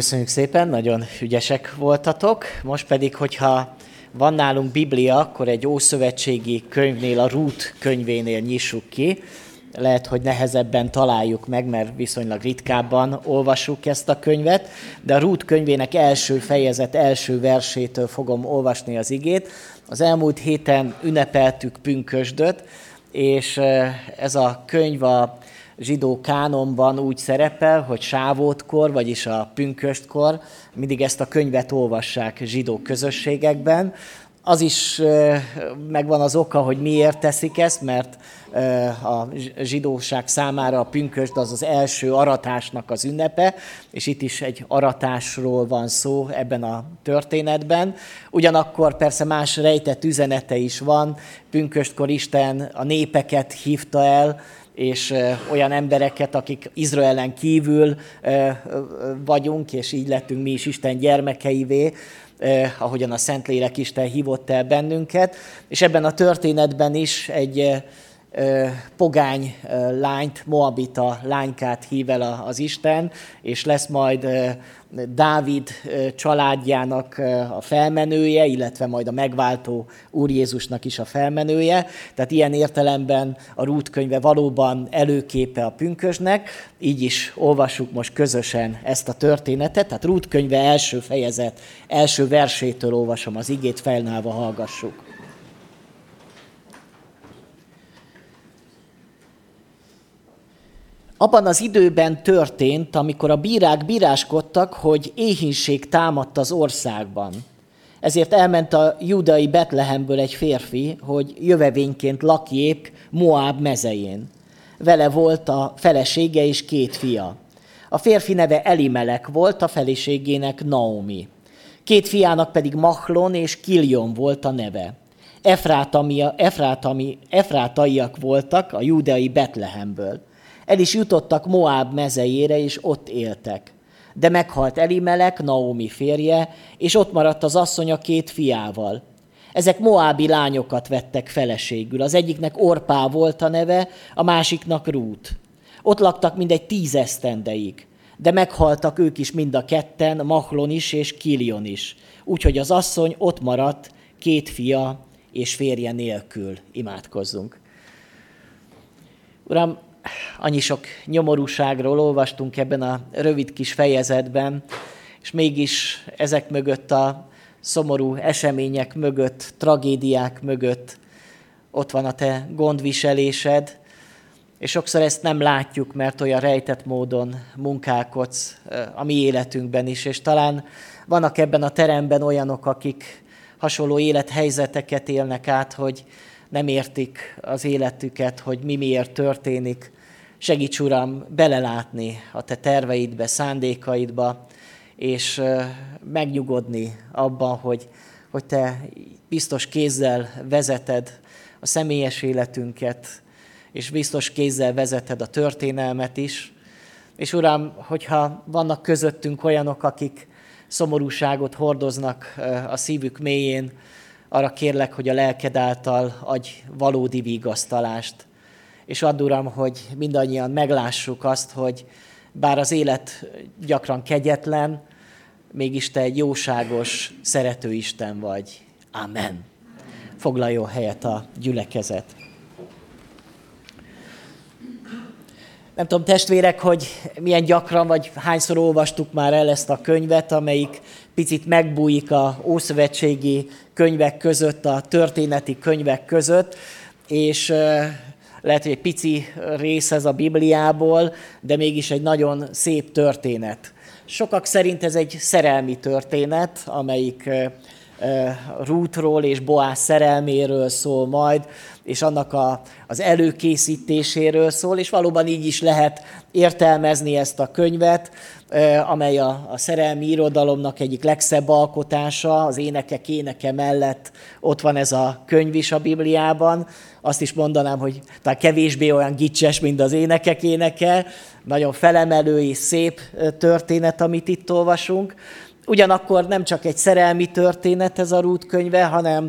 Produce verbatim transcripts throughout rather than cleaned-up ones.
Köszönjük szépen, nagyon ügyesek voltatok. Most pedig, hogyha van nálunk Biblia, akkor egy ószövetségi könyvnél, a Rút könyvénél nyissuk ki. Lehet, hogy nehezebben találjuk meg, mert viszonylag ritkábban olvassuk ezt a könyvet, de a Rút könyvének első fejezet, első versétől fogom olvasni az igét. Az elmúlt héten ünnepeltük pünkösdöt, és ez a könyv a zsidó kánonban úgy szerepel, hogy sávótkor, vagyis a pünköstkor mindig ezt a könyvet olvassák zsidó közösségekben. Az is megvan az oka, hogy miért teszik ezt, mert a zsidóság számára a pünkösd az az első aratásnak az ünnepe, és itt is egy aratásról van szó ebben a történetben. Ugyanakkor persze más rejtett üzenete is van. Pünköstkor Isten a népeket hívta el, és olyan embereket, akik Izraelen kívül vagyunk, és így lettünk mi is Isten gyermekeivé, ahogyan a Szentlélek Isten hívott el bennünket. És ebben a történetben is egy pogány lányt, moabita lánykát hív el az Isten, és lesz majd Dávid családjának a felmenője, illetve majd a megváltó Úr Jézusnak is a felmenője. Tehát ilyen értelemben a Rút könyve valóban előképe a pünkösdnek, így is olvassuk most közösen ezt a történetet. Tehát Rút könyve első fejezet, első versétől olvasom az igét, fennállva hallgassuk. Abban az időben történt, amikor a bírák bíráskodtak, hogy éhínség támadt az országban. Ezért elment a júdeai Betlehemből egy férfi, hogy jövevényként lakjék Moáb mezején. Vele volt a felesége és két fia. A férfi neve Elimelek volt, a feleségének Naomi. Két fiának pedig Machlon és Kiljon volt a neve. Efrátaiak voltak a júdeai Betlehemből. El is jutottak Moáb mezejére, és ott éltek. De meghalt Elimelek, Naomi férje, és ott maradt az asszony a két fiával. Ezek moábi lányokat vettek feleségül. Az egyiknek Orpá volt a neve, a másiknak Rút. Ott laktak mindegy tíz esztendeig, de meghaltak ők is mind a ketten, Machlon is és Kiljon is. Úgyhogy az asszony ott maradt két fia és férje nélkül. Imádkozzunk. Uram, annyi sok nyomorúságról olvastunk ebben a rövid kis fejezetben, és mégis ezek mögött a szomorú események mögött, tragédiák mögött ott van a te gondviselésed, és sokszor ezt nem látjuk, mert olyan rejtett módon munkálkodsz a mi életünkben is, és talán vannak ebben a teremben olyanok, akik hasonló élethelyzeteket élnek át, hogy nem értik az életüket, hogy mi miért történik. Segíts, Uram, belelátni a te terveidbe, szándékaidba, és megnyugodni abban, hogy, hogy te biztos kézzel vezeted a személyes életünket, és biztos kézzel vezeted a történelmet is. És Uram, hogyha vannak közöttünk olyanok, akik szomorúságot hordoznak a szívük mélyén, arra kérlek, hogy a lelked által adj valódi vigasztalást. És add, Uram, hogy mindannyian meglássuk azt, hogy bár az élet gyakran kegyetlen, mégis te egy jóságos, szerető Isten vagy. Amen. Foglaljon helyet a gyülekezet. Nem tudom, testvérek, hogy milyen gyakran, vagy hányszor olvastuk már el ezt a könyvet, amelyik picit megbújik a ószövetségi könyvek között, a történeti könyvek között, és lehet, hogy egy pici rész ez a Bibliából, de mégis egy nagyon szép történet. Sokak szerint ez egy szerelmi történet, amelyik Rútról és Boáz szerelméről szól majd, és annak a, az előkészítéséről szól, és valóban így is lehet értelmezni ezt a könyvet, amely a, a szerelmi irodalomnak egyik legszebb alkotása, az énekek éneke mellett ott van ez a könyv is a Bibliában. Azt is mondanám, hogy talán kevésbé olyan gicses, mint az énekek éneke, nagyon felemelő és szép történet, amit itt olvasunk. Ugyanakkor nem csak egy szerelmi történet ez a Rút könyve, hanem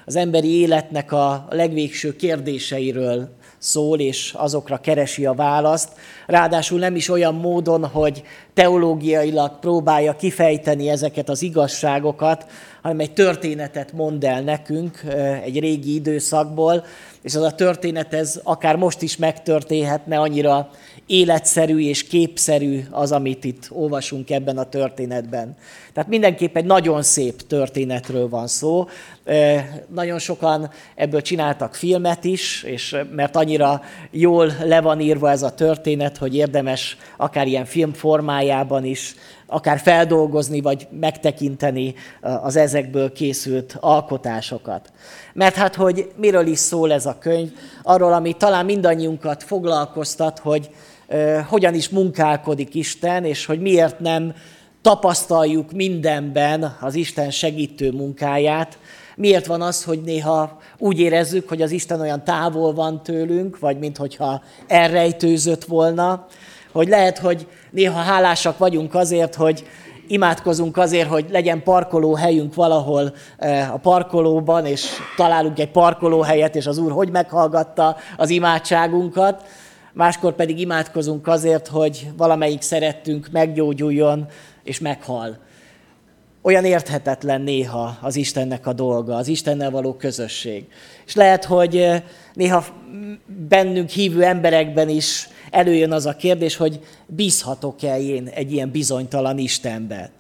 az emberi életnek a legvégső kérdéseiről szól, és azokra keresi a választ. Ráadásul nem is olyan módon, hogy teológiailag próbálja kifejteni ezeket az igazságokat, hanem egy történetet mond el nekünk egy régi időszakból, és az a történet ez akár most is megtörténhetne, annyira életszerű és képszerű az, amit itt olvasunk ebben a történetben. Tehát mindenképp egy nagyon szép történetről van szó. Nagyon sokan ebből csináltak filmet is, és mert annyira jól le van írva ez a történet, hogy érdemes akár ilyen film formájában is, akár feldolgozni, vagy megtekinteni az ezekből készült alkotásokat. Mert hát, hogy miről is szól ez a könyv, arról, ami talán mindannyiunkat foglalkoztat, hogy uh, hogyan is munkálkodik Isten, és hogy miért nem tapasztaljuk mindenben az Isten segítő munkáját. Miért van az, hogy néha úgy érezzük, hogy az Isten olyan távol van tőlünk, vagy minthogyha elrejtőzött volna, hogy lehet, hogy néha hálásak vagyunk azért, hogy imádkozunk azért, hogy legyen parkolóhelyünk valahol a parkolóban, és találunk egy parkolóhelyet, és az Úr hogy meghallgatta az imádságunkat. Máskor pedig imádkozunk azért, hogy valamelyik szerettünk meggyógyuljon, és meghal. Olyan érthetetlen néha az Istennek a dolga, az Istennel való közösség. És lehet, hogy néha bennünk hívő emberekben is előjön az a kérdés, hogy bízhatok-e én egy ilyen bizonytalan Istenben?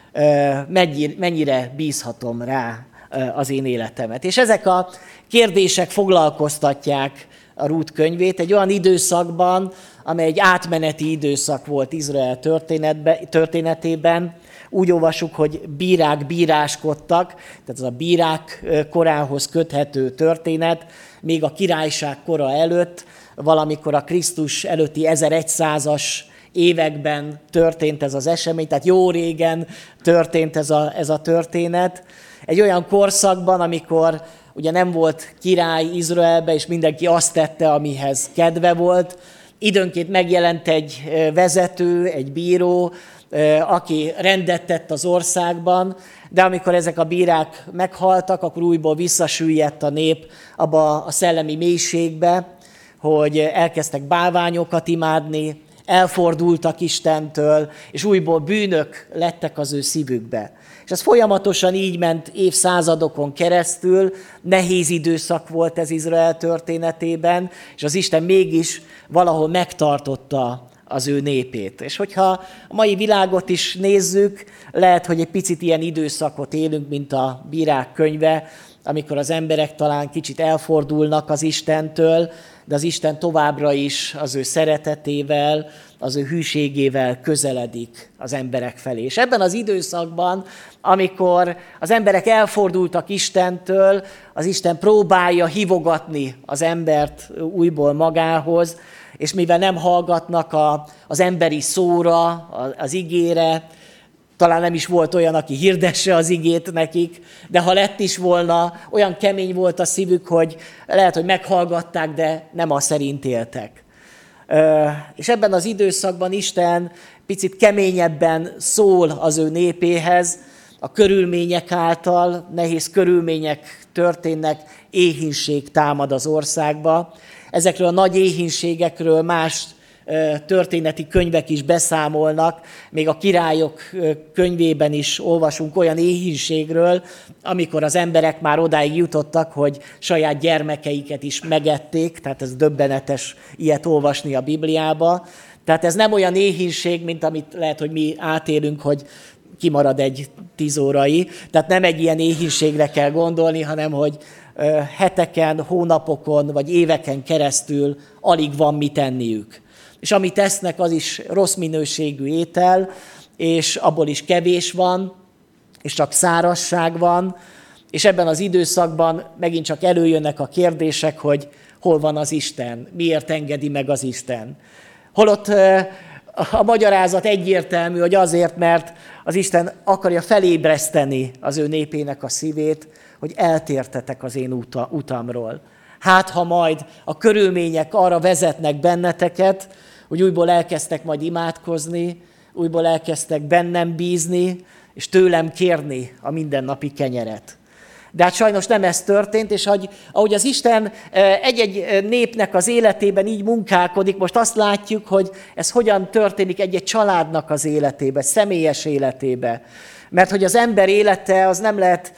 Mennyire bízhatom rá az én életemet? És ezek a kérdések foglalkoztatják a Rút könyvét egy olyan időszakban, amely egy átmeneti időszak volt Izrael történetében. Úgy olvasjuk, hogy bírák bíráskodtak, tehát ez a bírák korához köthető történet, még a királyság kora előtt, valamikor a Krisztus előtti ezerszázas években történt ez az esemény, tehát jó régen történt ez a, ez a történet. Egy olyan korszakban, amikor ugye nem volt király Izraelbe, és mindenki azt tette, amihez kedve volt. Időnként megjelent egy vezető, egy bíró, aki rendet tett az országban, de amikor ezek a bírák meghaltak, akkor újból visszasüllyedt a nép abba a szellemi mélységbe, hogy elkezdtek bálványokat imádni, elfordultak Istentől, és újból bűnök lettek az ő szívükbe. És ez folyamatosan így ment évszázadokon keresztül, nehéz időszak volt ez Izrael történetében, és az Isten mégis valahol megtartotta az ő népét. És hogyha a mai világot is nézzük, lehet, hogy egy picit ilyen időszakot élünk, mint a Bírák könyve, amikor az emberek talán kicsit elfordulnak az Istentől, de az Isten továbbra is az ő szeretetével, az ő hűségével közeledik az emberek felé. És ebben az időszakban, amikor az emberek elfordultak Istentől, az Isten próbálja hívogatni az embert újból magához, és mivel nem hallgatnak a, az emberi szóra, az igére, talán nem is volt olyan, aki hirdesse az igét nekik, de ha lett is volna, olyan kemény volt a szívük, hogy lehet, hogy meghallgatták, de nem azt szerint éltek. És ebben az időszakban Isten picit keményebben szól az ő népéhez, a körülmények által, nehéz körülmények történnek, éhínség támad az országba. Ezekről a nagy éhínségekről más történeti könyvek is beszámolnak, még a királyok könyvében is olvasunk olyan éhínségről, amikor az emberek már odáig jutottak, hogy saját gyermekeiket is megették, tehát ez döbbenetes ilyet olvasni a Bibliába. Tehát ez nem olyan éhínség, mint amit lehet, hogy mi átélünk, hogy kimarad egy tíz órai. Tehát nem egy ilyen éhínségre kell gondolni, hanem hogy heteken, hónapokon vagy éveken keresztül alig van mit enniük. És amit esznek, az is rossz minőségű étel, és abból is kevés van, és csak szárazság van, és ebben az időszakban megint csak előjönnek a kérdések, hogy hol van az Isten, miért engedi meg az Isten. Holott a magyarázat egyértelmű, hogy azért, mert az Isten akarja felébreszteni az ő népének a szívét, hogy eltértetek az én utamról. Hát, ha majd a körülmények arra vezetnek benneteket, hogy újból elkezdtek majd imádkozni, újból elkezdtek bennem bízni, és tőlem kérni a mindennapi kenyeret. De hát sajnos nem ez történt, és ahogy az Isten egy-egy népnek az életében így munkálkodik, most azt látjuk, hogy ez hogyan történik egy-egy családnak az életébe, személyes életébe. Mert hogy az ember élete az nem lehet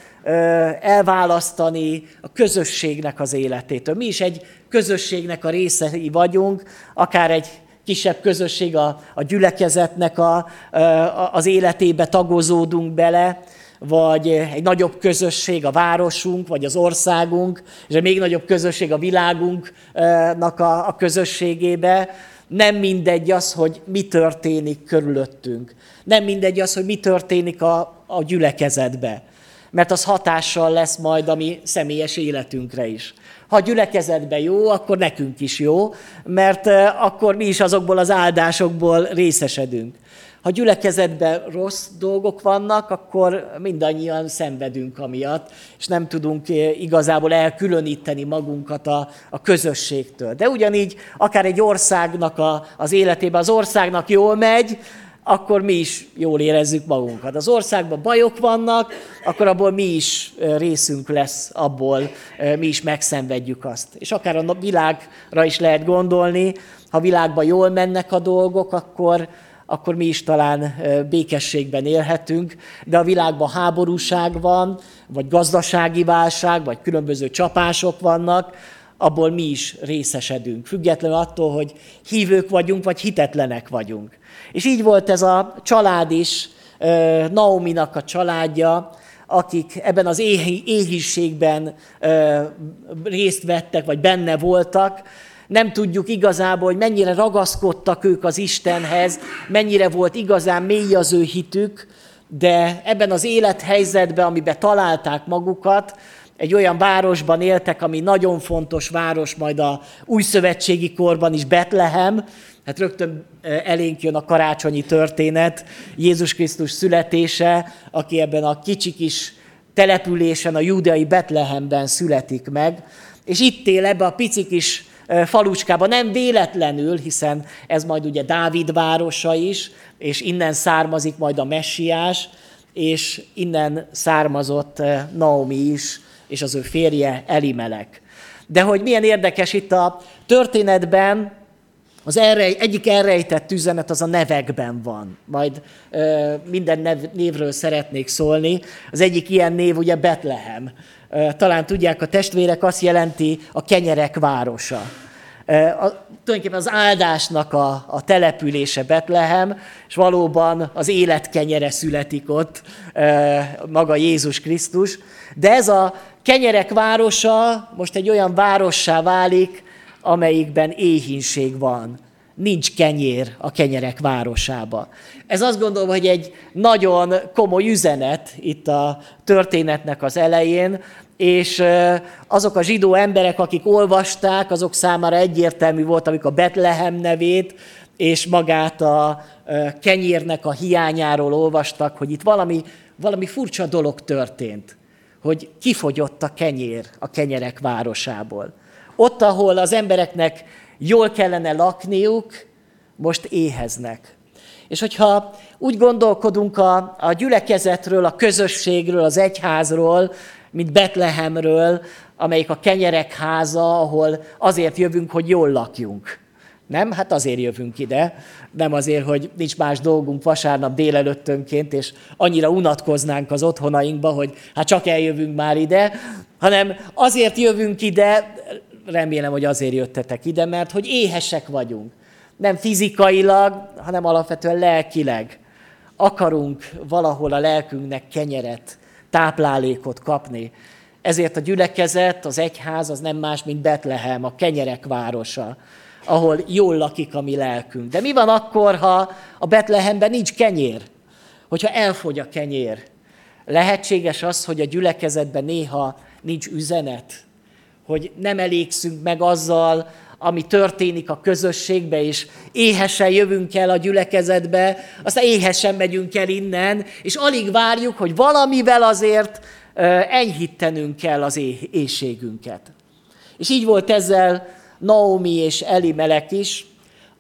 elválasztani a közösségnek az életétől. Mi is egy közösségnek a részei vagyunk, akár egy kisebb közösség a, a gyülekezetnek a, a, az életébe tagozódunk bele, vagy egy nagyobb közösség a városunk, vagy az országunk, és egy még nagyobb közösség a világunknak a, a közösségébe. Nem mindegy az, hogy mi történik körülöttünk. Nem mindegy az, hogy mi történik a, a gyülekezetbe. Mert az hatással lesz majd a mi személyes életünkre is. Ha a gyülekezetben jó, akkor nekünk is jó, mert akkor mi is azokból az áldásokból részesedünk. Ha gyülekezetben rossz dolgok vannak, akkor mindannyian szenvedünk amiatt, és nem tudunk igazából elkülöníteni magunkat a, a közösségtől. De ugyanígy akár egy országnak a, az életében, az országnak jól megy, akkor mi is jól érezzük magunkat. Az országban bajok vannak, akkor abból mi is részünk lesz, abból mi is megszenvedjük azt. És akár a világra is lehet gondolni, ha világban jól mennek a dolgok, akkor, akkor mi is talán békességben élhetünk, de a világban háborúság van, vagy gazdasági válság, vagy különböző csapások vannak, abból mi is részesedünk, függetlenül attól, hogy hívők vagyunk, vagy hitetlenek vagyunk. És így volt ez a család is, Naominak a családja, akik ebben az éhínségben részt vettek, vagy benne voltak. Nem tudjuk igazából, hogy mennyire ragaszkodtak ők az Istenhez, mennyire volt igazán mély az ő hitük, de ebben az élethelyzetben, amiben találták magukat, egy olyan városban éltek, ami nagyon fontos város, majd a újszövetségi korban is, Betlehem. Hát rögtön elénk jön a karácsonyi történet, Jézus Krisztus születése, aki ebben a kicsi kis településen, a júdeai Betlehemben születik meg. És itt él ebbe a pici kis falucskában, nem véletlenül, hiszen ez majd ugye Dávid városa is, és innen származik majd a messiás, és innen származott Naomi is, és az ő férje Elimelek. De hogy milyen érdekes itt a történetben, az elrej, egyik elrejtett üzenet az a nevekben van. Majd ö, minden nev, névről szeretnék szólni. Az egyik ilyen név ugye Betlehem. Ö, talán tudják, a testvérek azt jelenti a kenyerek városa. Ö, a, tulajdonképpen az áldásnak a, a települése Betlehem, és valóban az élet kenyere születik ott, ö, maga Jézus Krisztus. De ez a kenyerek városa most egy olyan várossá válik, amelyikben éhínség van. Nincs kenyér a kenyerek városába. Ez azt gondolom, hogy egy nagyon komoly üzenet itt a történetnek az elején, és azok a zsidó emberek, akik olvasták, azok számára egyértelmű volt, amikor a Betlehem nevét, és magát a kenyérnek a hiányáról olvastak, hogy itt valami, valami furcsa dolog történt, hogy kifogyott a kenyér a kenyerek városából. Ott, ahol az embereknek jól kellene lakniuk, most éheznek. És hogyha úgy gondolkodunk a, a gyülekezetről, a közösségről, az egyházról, mint Betlehemről, amelyik a kenyerek háza, ahol azért jövünk, hogy jól lakjunk. Nem? Hát azért jövünk ide, nem azért, hogy nincs más dolgunk vasárnap délelőttönként, és annyira unatkoznánk az otthonainkba, hogy hát csak eljövünk már ide, hanem azért jövünk ide, remélem, hogy azért jöttetek ide, mert hogy éhesek vagyunk. Nem fizikailag, hanem alapvetően lelkileg. Akarunk valahol a lelkünknek kenyeret, táplálékot kapni. Ezért a gyülekezet, az egyház az nem más, mint Betlehem, a kenyerek városa, ahol jól lakik a mi lelkünk. De mi van akkor, ha a Betlehemben nincs kenyér? Hogyha elfogy a kenyér? Lehetséges az, hogy a gyülekezetben néha nincs üzenet, hogy nem elégszünk meg azzal, ami történik a közösségbe, és éhesen jövünk el a gyülekezetbe, aztán éhesen megyünk el innen, és alig várjuk, hogy valamivel azért enyhítenünk kell az éhségünket. És így volt ezzel Naomi és Elimelek is,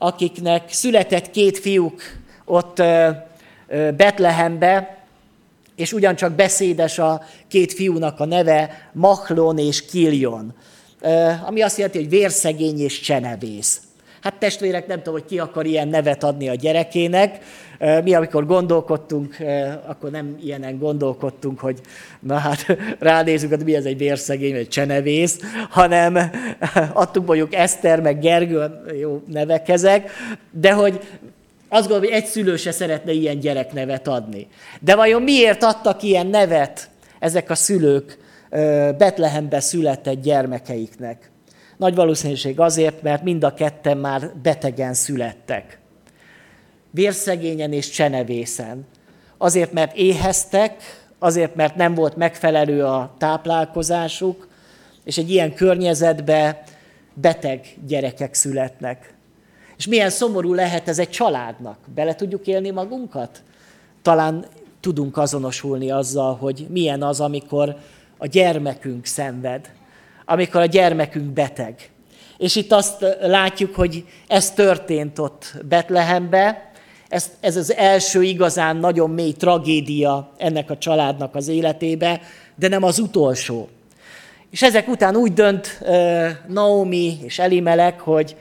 akiknek született két fiúk ott Betlehembe, És ugyancsak beszédes a két fiúnak a neve, Machlon és Kiljon, ami azt jelenti, hogy vérszegény és csenevész. Hát testvérek, nem tudom, hogy ki akar ilyen nevet adni a gyerekének. Mi, amikor gondolkodtunk, akkor nem ilyenen gondolkodtunk, hogy na hát ránézünk, hogy mi ez egy vérszegény, vagy egy csenevész, hanem adtunk mondjuk Eszter, meg Gergő, jó nevek ezek, de hogy azt gondolom, hogy egy szülő se szeretne ilyen gyereknevet adni. De vajon miért adtak ilyen nevet ezek a szülők Betlehembe született gyermekeiknek? Nagy valószínűség azért, mert mind a ketten már betegen születtek. Vérszegényen és csenevészen. Azért, mert éheztek, azért, mert nem volt megfelelő a táplálkozásuk, és egy ilyen környezetben beteg gyerekek születnek. És milyen szomorú lehet ez egy családnak. Bele tudjuk élni magunkat? Talán tudunk azonosulni azzal, hogy milyen az, amikor a gyermekünk szenved, amikor a gyermekünk beteg. És itt azt látjuk, hogy ez történt ott Betlehembe. Ez, ez az első igazán nagyon mély tragédia ennek a családnak az életébe, de nem az utolsó. És ezek után úgy dönt uh, Naomi és Elimelek, hogy,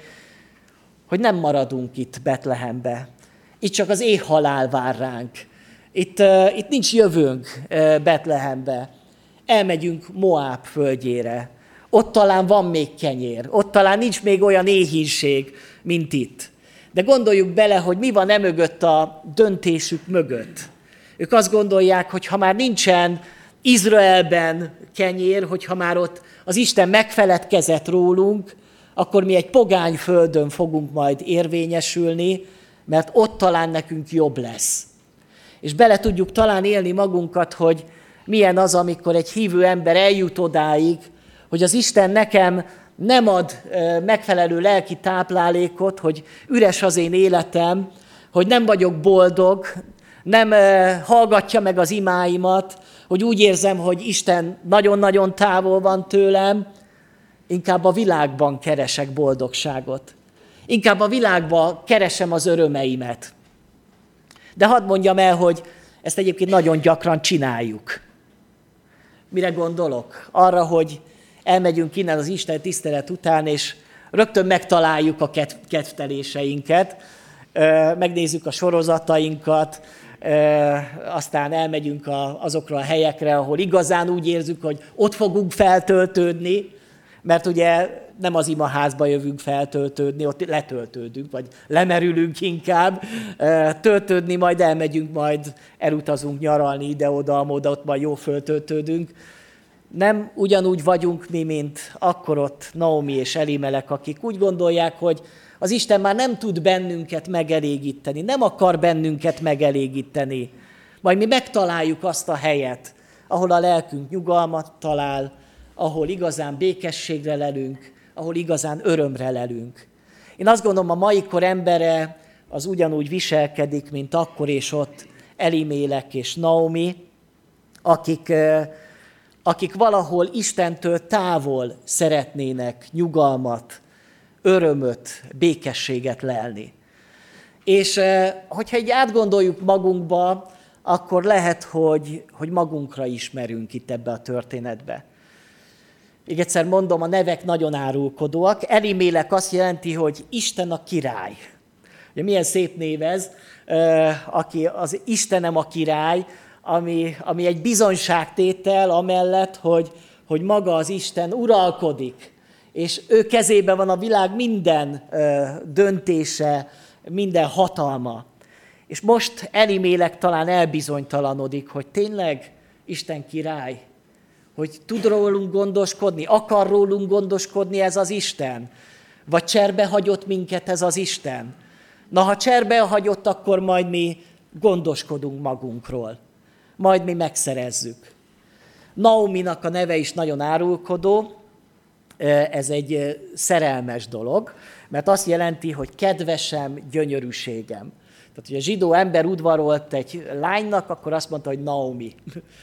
hogy nem maradunk itt Betlehembe. Itt csak az éhhalál vár ránk. Itt, uh, itt nincs jövőnk uh, Betlehembe. Elmegyünk Moáb földjére. Ott talán van még kenyér, ott talán nincs még olyan éhínség, mint itt. De gondoljuk bele, hogy mi van emögött a döntésük mögött. Ők azt gondolják, hogy ha már nincsen Izraelben kenyér, hogyha már ott az Isten megfeledkezett rólunk, akkor mi egy pogány földön fogunk majd érvényesülni, mert ott talán nekünk jobb lesz. És bele tudjuk talán élni magunkat, hogy milyen az, amikor egy hívő ember eljut odáig, hogy az Isten nekem nem ad megfelelő lelki táplálékot, hogy üres az én életem, hogy nem vagyok boldog, nem hallgatja meg az imáimat, hogy úgy érzem, hogy Isten nagyon-nagyon távol van tőlem, inkább a világban keresek boldogságot. Inkább a világban keresem az örömeimet. De hadd mondjam el, hogy ezt egyébként nagyon gyakran csináljuk. Mire gondolok? Arra, hogy elmegyünk innen az Isten tisztelet után, és rögtön megtaláljuk a kedvteléseinket, megnézzük a sorozatainkat, aztán elmegyünk azokra a helyekre, ahol igazán úgy érzük, hogy ott fogunk feltöltődni, mert ugye nem az imaházba jövünk feltöltődni, ott letöltődünk, vagy lemerülünk inkább, töltődni, majd elmegyünk, majd elutazunk nyaralni ide-oda, oda, ott majd jó föltöltődünk. Nem ugyanúgy vagyunk mi, mint akkor ott Naomi és Elimelek, akik úgy gondolják, hogy az Isten már nem tud bennünket megelégíteni, nem akar bennünket megelégíteni. Majd mi megtaláljuk azt a helyet, ahol a lelkünk nyugalmat talál, ahol igazán békességre lelünk, ahol igazán örömre lelünk. Én azt gondolom, a mai kor embere az ugyanúgy viselkedik, mint akkor és ott Elimélek és Naomi, akik, akik valahol Istentől távol szeretnének nyugalmat, örömöt, békességet lelni. És hogyha így átgondoljuk magunkba, akkor lehet, hogy, hogy magunkra ismerünk itt ebbe a történetbe. Még egyszer mondom, a nevek nagyon árulkodóak. Elimélek azt jelenti, hogy Isten a király. Ugye milyen szép név ez, aki az Istenem a király, ami, ami egy bizonyságtétel amellett, hogy, hogy maga az Isten uralkodik, és ő kezében van a világ minden döntése, minden hatalma. És most Elimélek talán elbizonytalanodik, hogy tényleg Isten király, hogy tud rólunk gondoskodni, akar rólunk gondoskodni ez az Isten, vagy cserbe hagyott minket ez az Isten. Na, ha cserbe hagyott, akkor majd mi gondoskodunk magunkról, majd mi megszerezzük. Naominak a neve is nagyon árulkodó, ez egy szerelmes dolog, mert azt jelenti, hogy kedvesem, gyönyörűségem. Tehát, hogy a zsidó ember udvarolt egy lánynak, akkor azt mondta, hogy Naomi.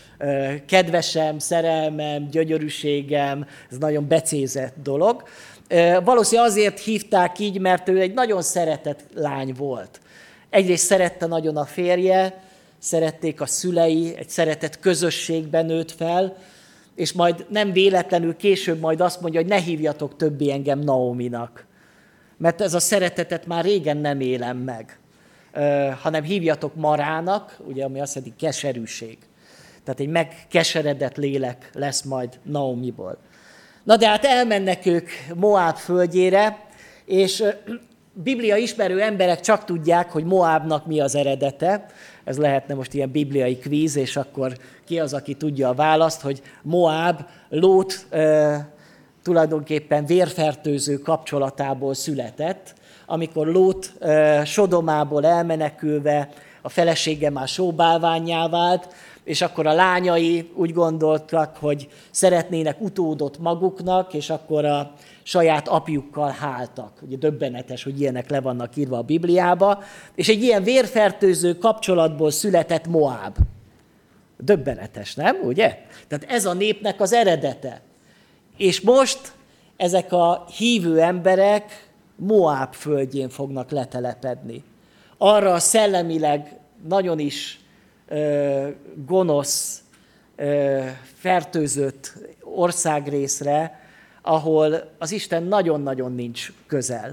Kedvesem, szerelmem, gyönyörűségem, ez nagyon becézett dolog. Valószínűleg azért hívták így, mert ő egy nagyon szeretett lány volt. Egyrészt szerette nagyon a férje, szerették a szülei, egy szeretett közösségben nőtt fel, és majd nem véletlenül később majd azt mondja, hogy ne hívjatok többé engem Naominak, mert ez a szeretetet már régen nem élem meg, hanem hívjatok Marának, ugye, ami azt jelenti keserűség. Tehát egy megkeseredett lélek lesz majd Naomiból. Na de hát elmennek ők Moáb földjére, és Biblia ismerő emberek csak tudják, hogy Moábnak mi az eredete. Ez lehetne most ilyen bibliai kvíz, és akkor ki az, aki tudja a választ, hogy Moáb Lót e, tulajdonképpen vérfertőző kapcsolatából született, amikor Lót e, Sodomából elmenekülve a felesége már sóbálvánnyá vált, és akkor a lányai úgy gondoltak, hogy szeretnének utódot maguknak, és akkor a saját apjukkal háltak. Ugye döbbenetes, hogy ilyenek le vannak írva a Bibliába, és egy ilyen vérfertőző kapcsolatból született Moáb. Döbbenetes, nem? Ugye? Tehát ez a népnek az eredete. És most ezek a hívő emberek Moáb földjén fognak letelepedni. Arra a szellemileg nagyon is ö, gonosz, ö, fertőzött országrészre, ahol az Isten nagyon-nagyon nincs közel.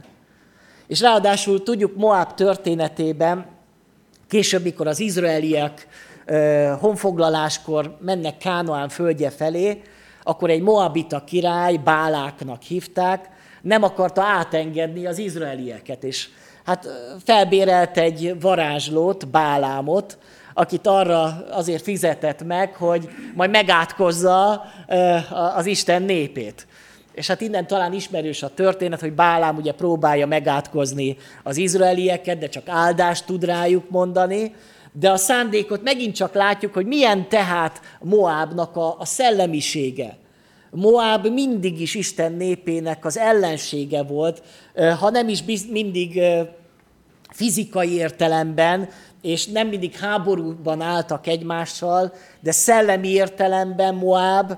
És ráadásul tudjuk Moáb történetében, később, mikor az izraeliek ö, honfoglaláskor mennek Kánaán földje felé, akkor egy moabita király, Báláknak hívták, nem akarta átengedni az izraelieket, és hát felbérelt egy varázslót, Bálámot, akit arra azért fizetett meg, hogy majd megátkozza az Isten népét. És hát innen talán ismerős a történet, hogy Bálám ugye próbálja megátkozni az izraelieket, de csak áldást tud rájuk mondani, de a szándékot megint csak látjuk, hogy milyen tehát Moábnak a, a szellemisége. Moáb mindig is Isten népének az ellensége volt, ha nem is mindig fizikai értelemben, és nem mindig háborúban álltak egymással, de szellemi értelemben Moáb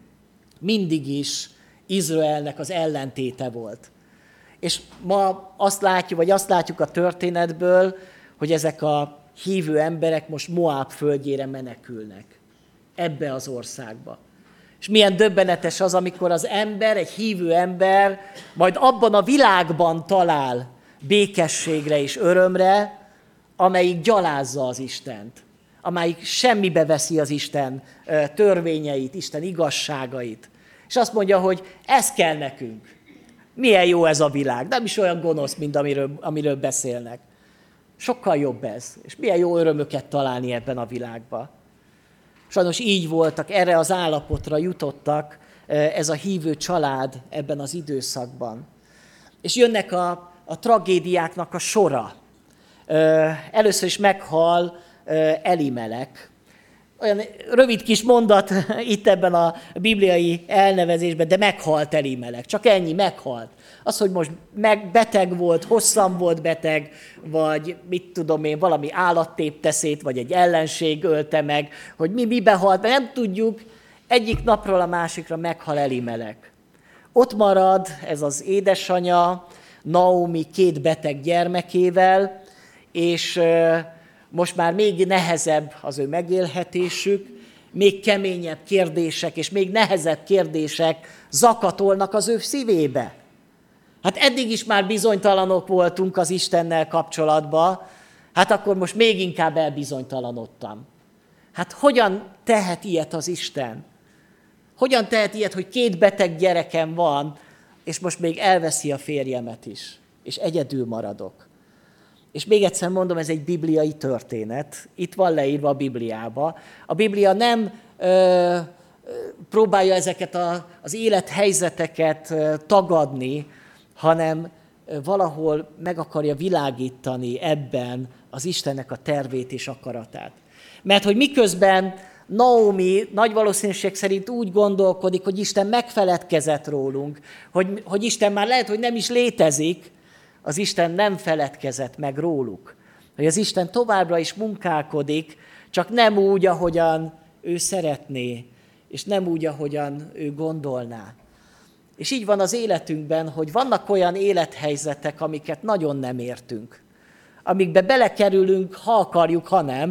mindig is Izraelnek az ellentéte volt. És ma azt látjuk, vagy azt látjuk a történetből, hogy ezek a hívő emberek most Moáb földjére menekülnek, ebbe az országba. És milyen döbbenetes az, amikor az ember, egy hívő ember majd abban a világban talál békességre és örömre, amelyik gyalázza az Istent, amelyik semmibe veszi az Isten törvényeit, Isten igazságait. És azt mondja, hogy ez kell nekünk. Milyen jó ez a világ, nem is olyan gonosz, mint amiről, amiről beszélnek. Sokkal jobb ez, és milyen jó örömöket találni ebben a világban. Sajnos így voltak, erre az állapotra jutottak ez a hívő család ebben az időszakban. És jönnek a, a tragédiáknak a sora. Először is meghal Elimelek. Olyan rövid kis mondat itt ebben a bibliai elnevezésben, de meghalt Elimelek. Csak ennyi, meghalt. Az, hogy most meg beteg volt, hosszan volt beteg, vagy mit tudom én, valami állat tépte szét, vagy egy ellenség ölte meg, hogy mi mibe halt, mert nem tudjuk, egyik napról a másikra meghal Elimelek. Ott marad ez az édesanyja, Naomi két beteg gyermekével, és most már még nehezebb az ő megélhetésük, még keményebb kérdések és még nehezebb kérdések zakatolnak az ő szívébe. Hát eddig is már bizonytalanok voltunk az Istennel kapcsolatban, hát akkor most még inkább elbizonytalanodtam. Hát hogyan tehet ilyet az Isten? Hogyan tehet ilyet, hogy két beteg gyerekem van, és most még elveszi a férjemet is, és egyedül maradok? És még egyszer mondom, ez egy bibliai történet. Itt van leírva a Bibliába. A Biblia nem ö, próbálja ezeket a, az élethelyzeteket ö, tagadni, hanem ö, valahol meg akarja világítani ebben az Istennek a tervét és akaratát. Mert hogy miközben Naomi nagy valószínűség szerint úgy gondolkodik, hogy Isten megfeledkezett rólunk, hogy, hogy Isten már lehet, hogy nem is létezik, az Isten nem feledkezett meg róluk. Hogy az Isten továbbra is munkálkodik, csak nem úgy, ahogyan ő szeretné, és nem úgy, ahogyan ő gondolná. És így van az életünkben, hogy vannak olyan élethelyzetek, amiket nagyon nem értünk. Amikbe belekerülünk, ha akarjuk, ha nem,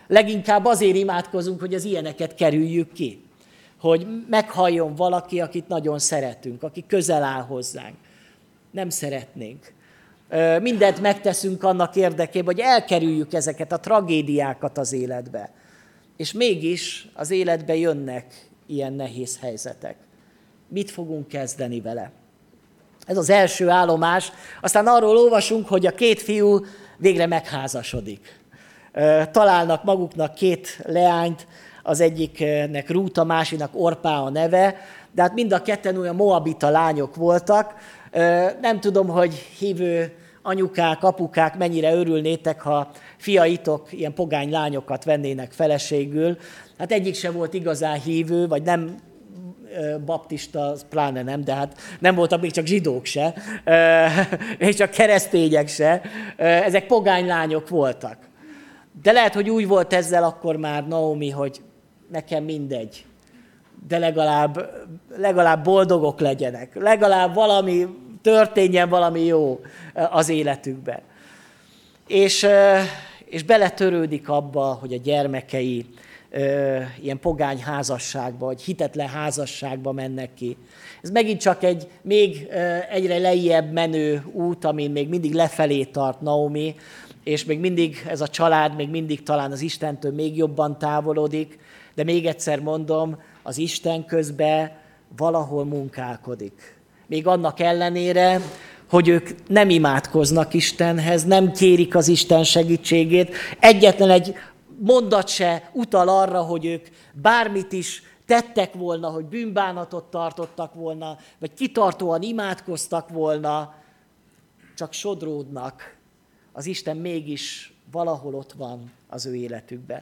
Leginkább azért imádkozunk, hogy az ilyeneket kerüljük ki. Hogy meghalljon valaki, akit nagyon szeretünk, aki közel áll hozzánk. Nem szeretnénk. Mindent megteszünk annak érdekében, hogy elkerüljük ezeket a tragédiákat az életbe. És mégis az életbe jönnek ilyen nehéz helyzetek. Mit fogunk kezdeni vele? Ez az első állomás. Aztán arról olvasunk, hogy a két fiú végre megházasodik. Találnak maguknak két leányt, az egyiknek Rút, a másiknak Orpá a neve, de hát mind a ketten olyan moabita lányok voltak. Nem tudom, hogy hívő anyukák, apukák mennyire örülnétek, ha fiaitok ilyen pogány lányokat vennének feleségül. Hát egyik se volt igazán hívő, vagy nem baptista, pláne nem, de hát nem voltak még csak zsidók se, és csak keresztények se. Ezek pogány lányok voltak. De lehet, hogy úgy volt ezzel akkor már Naomi, hogy nekem mindegy, de legalább, legalább boldogok legyenek, legalább valami történjen, valami jó az életükben. És, és beletörődik abba, hogy a gyermekei ilyen pogány házasságba, vagy hitetlen házasságba mennek ki. Ez megint csak egy még egyre lejjebb menő út, amin még mindig lefelé tart Naomi, és még mindig ez a család, még mindig talán az Istentől még jobban távolodik, de még egyszer mondom, az Isten közben valahol munkálkodik. Még annak ellenére, hogy ők nem imádkoznak Istenhez, nem kérik az Isten segítségét, egyetlen egy mondat se utal arra, hogy ők bármit is tettek volna, hogy bűnbánatot tartottak volna, vagy kitartóan imádkoztak volna, csak sodródnak. Az Isten mégis valahol ott van az ő életükben.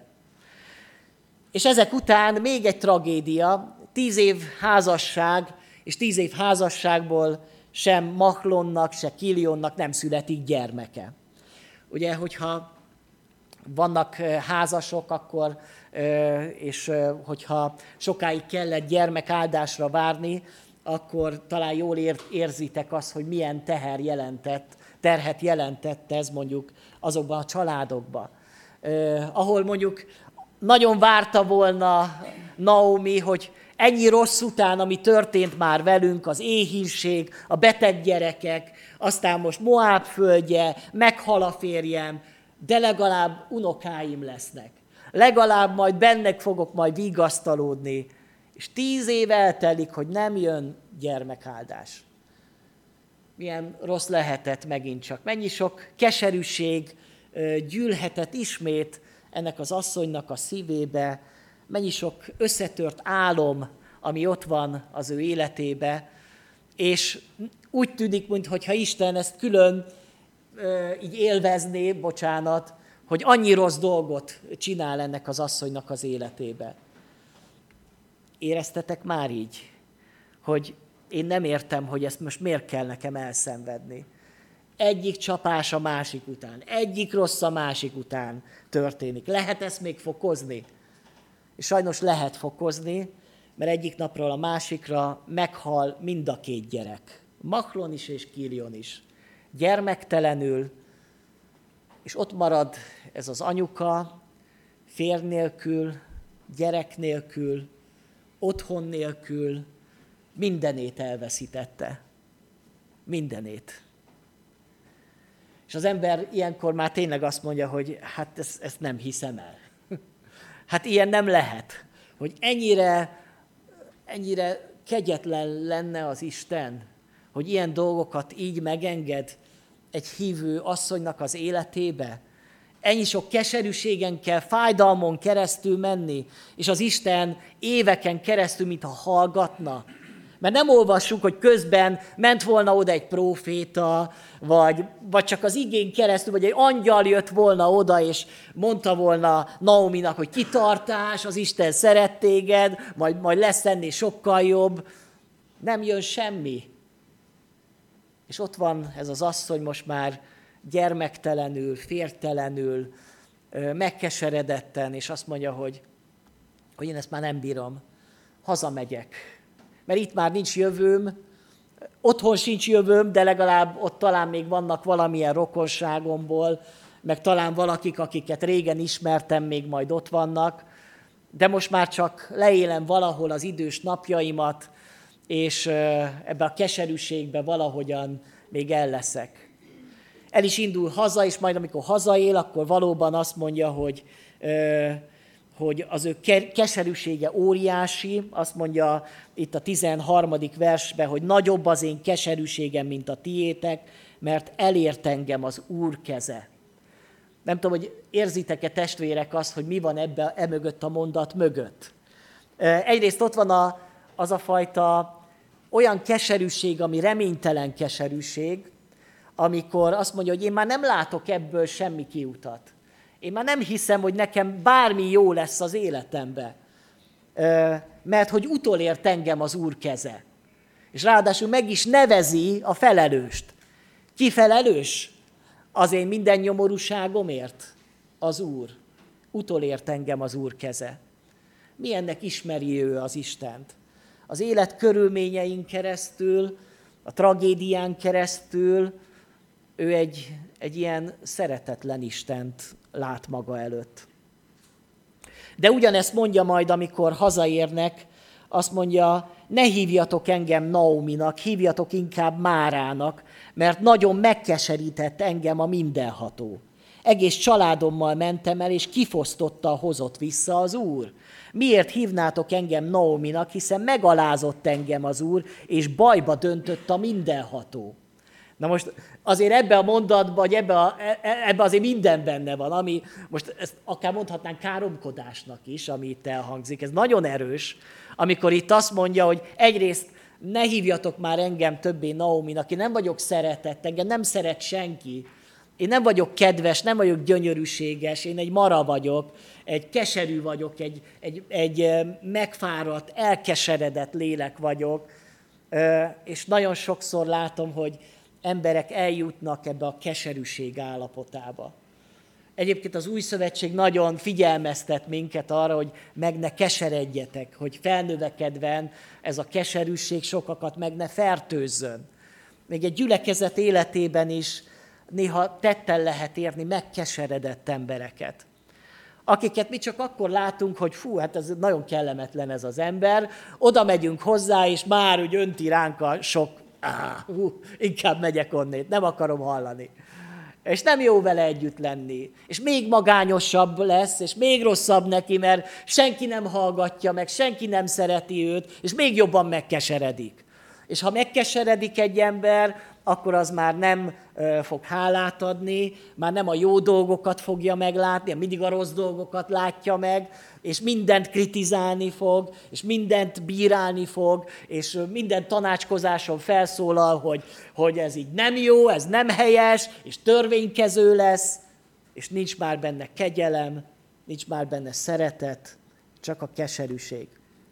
És ezek után még egy tragédia, tíz év házasság, és tíz év házasságból sem Machlonnak, se Kilionnak nem születik gyermeke. Ugye, hogyha vannak házasok, akkor, és hogyha sokáig kellett gyermekáldásra várni, akkor talán jól érzitek azt, hogy milyen teher jelentett, terhet jelentett ez mondjuk azokban a családokban. Ahol mondjuk nagyon várta volna Naomi, hogy ennyi rossz után, ami történt már velünk, az éhínség, a beteg gyerekek, aztán most Moáb földje, meghal a férjem, de legalább unokáim lesznek. Legalább majd bennek fogok majd vigasztalódni. És tíz év eltelik, hogy nem jön gyermekáldás. Milyen rossz lehetett megint csak. Mennyi sok keserűség gyűlhetett ismét ennek az asszonynak a szívébe, mennyi sok összetört álom, ami ott van az ő életébe, és úgy tűnik, mintha Isten ezt külön így élvezné, bocsánat, hogy annyi rossz dolgot csinál ennek az asszonynak az életébe. Éreztetek már így, hogy én nem értem, hogy ezt most miért kell nekem elszenvedni. Egyik csapás a másik után, egyik rossz a másik után történik. Lehet ezt még fokozni? És sajnos lehet fokozni, mert egyik napról a másikra meghal mind a két gyerek. Machlon is és Kilion is. Gyermektelenül, és ott marad ez az anyuka, férj nélkül, gyerek nélkül, otthon nélkül, mindenét elveszítette. Mindenét. És az ember ilyenkor már tényleg azt mondja, hogy hát ezt, ezt nem hiszem el. Hát ilyen nem lehet, hogy ennyire, ennyire kegyetlen lenne az Isten, hogy ilyen dolgokat így megenged egy hívő asszonynak az életébe. Ennyi sok keserűségen kell, fájdalmon keresztül menni, és az Isten éveken keresztül, mintha hallgatna. Mert nem olvassuk, hogy közben ment volna oda egy próféta, vagy, vagy csak az igén keresztül, vagy egy angyal jött volna oda, és mondta volna Naominak, hogy kitartás, az Isten szeret téged, majd, majd lesz ennél sokkal jobb. Nem jön semmi. És ott van ez az asszony most már gyermektelenül, fértelenül, megkeseredetten, és azt mondja, hogy, hogy én ezt már nem bírom, hazamegyek. Mert itt már nincs jövőm, otthon sincs jövőm, de legalább ott talán még vannak valamilyen rokonságomból, meg talán valakik, akiket régen ismertem, még majd ott vannak, de most már csak leélem valahol az idős napjaimat, és ebbe a keserűségbe valahogyan még el leszek. El is indul haza, és majd amikor hazaél, akkor valóban azt mondja, hogy, hogy az ő keserűsége óriási. Azt mondja itt a tizenharmadik versben, hogy nagyobb az én keserűségem, mint a tiétek, mert elért engem az Úr keze. Nem tudom, hogy érzitek-e testvérek azt, hogy mi van ebbe, e mögött a mondat mögött. Egyrészt ott van a, az a fajta olyan keserűség, ami reménytelen keserűség, amikor azt mondja, hogy én már nem látok ebből semmi kiutat. Én már nem hiszem, hogy nekem bármi jó lesz az életemben, mert hogy utolért engem az Úr keze. És ráadásul meg is nevezi a felelőst. Ki felelős? Az én minden nyomorúságomért? Az Úr. Utolért engem az Úr keze. Milyennek ismeri ő az Istent? Az élet körülményein keresztül, a tragédián keresztül ő egy, egy ilyen szeretetlen Istent lát maga előtt. De ugyanezt mondja majd, amikor hazaérnek, azt mondja, ne hívjatok engem Naominak, hívjatok inkább Márának, mert nagyon megkeserített engem a mindenható. Egész családommal mentem el, és kifosztotta, hozott vissza az Úr. Miért hívnátok engem Naominak, hiszen megalázott engem az Úr, és bajba döntött a mindenható. Na most azért ebbe a mondatban, vagy ebbe, a, ebbe azért minden benne van, ami most ezt akár mondhatnánk káromkodásnak is, ami itt elhangzik. Ez nagyon erős, amikor itt azt mondja, hogy egyrészt ne hívjatok már engem többé Naominak, én nem vagyok szeretett, engem nem szeret senki. Én nem vagyok kedves, nem vagyok gyönyörűséges, én egy mara vagyok, egy keserű vagyok, egy, egy, egy megfáradt, elkeseredett lélek vagyok, és nagyon sokszor látom, hogy emberek eljutnak ebbe a keserűség állapotába. Egyébként az Új Szövetség nagyon figyelmeztet minket arra, hogy meg ne keseredjetek, hogy felnövekedven ez a keserűség sokakat meg ne fertőzzön. Még egy gyülekezet életében is néha tetten lehet érni megkeseredett embereket, akiket mi csak akkor látunk, hogy fú, hát ez nagyon kellemetlen ez az ember, oda megyünk hozzá, és már úgy önti ránk a sok, áh, hú, inkább megyek onnét, nem akarom hallani. És nem jó vele együtt lenni. És még magányosabb lesz, és még rosszabb neki, mert senki nem hallgatja meg, senki nem szereti őt, és még jobban megkeseredik. És ha megkeseredik egy ember, akkor az már nem fog hálát adni, már nem a jó dolgokat fogja meglátni, mindig a rossz dolgokat látja meg, és mindent kritizálni fog, és mindent bírálni fog, és minden tanácskozáson felszólal, hogy, hogy ez így nem jó, ez nem helyes, és törvénykező lesz, és nincs már benne kegyelem, nincs már benne szeretet, csak a keserűség.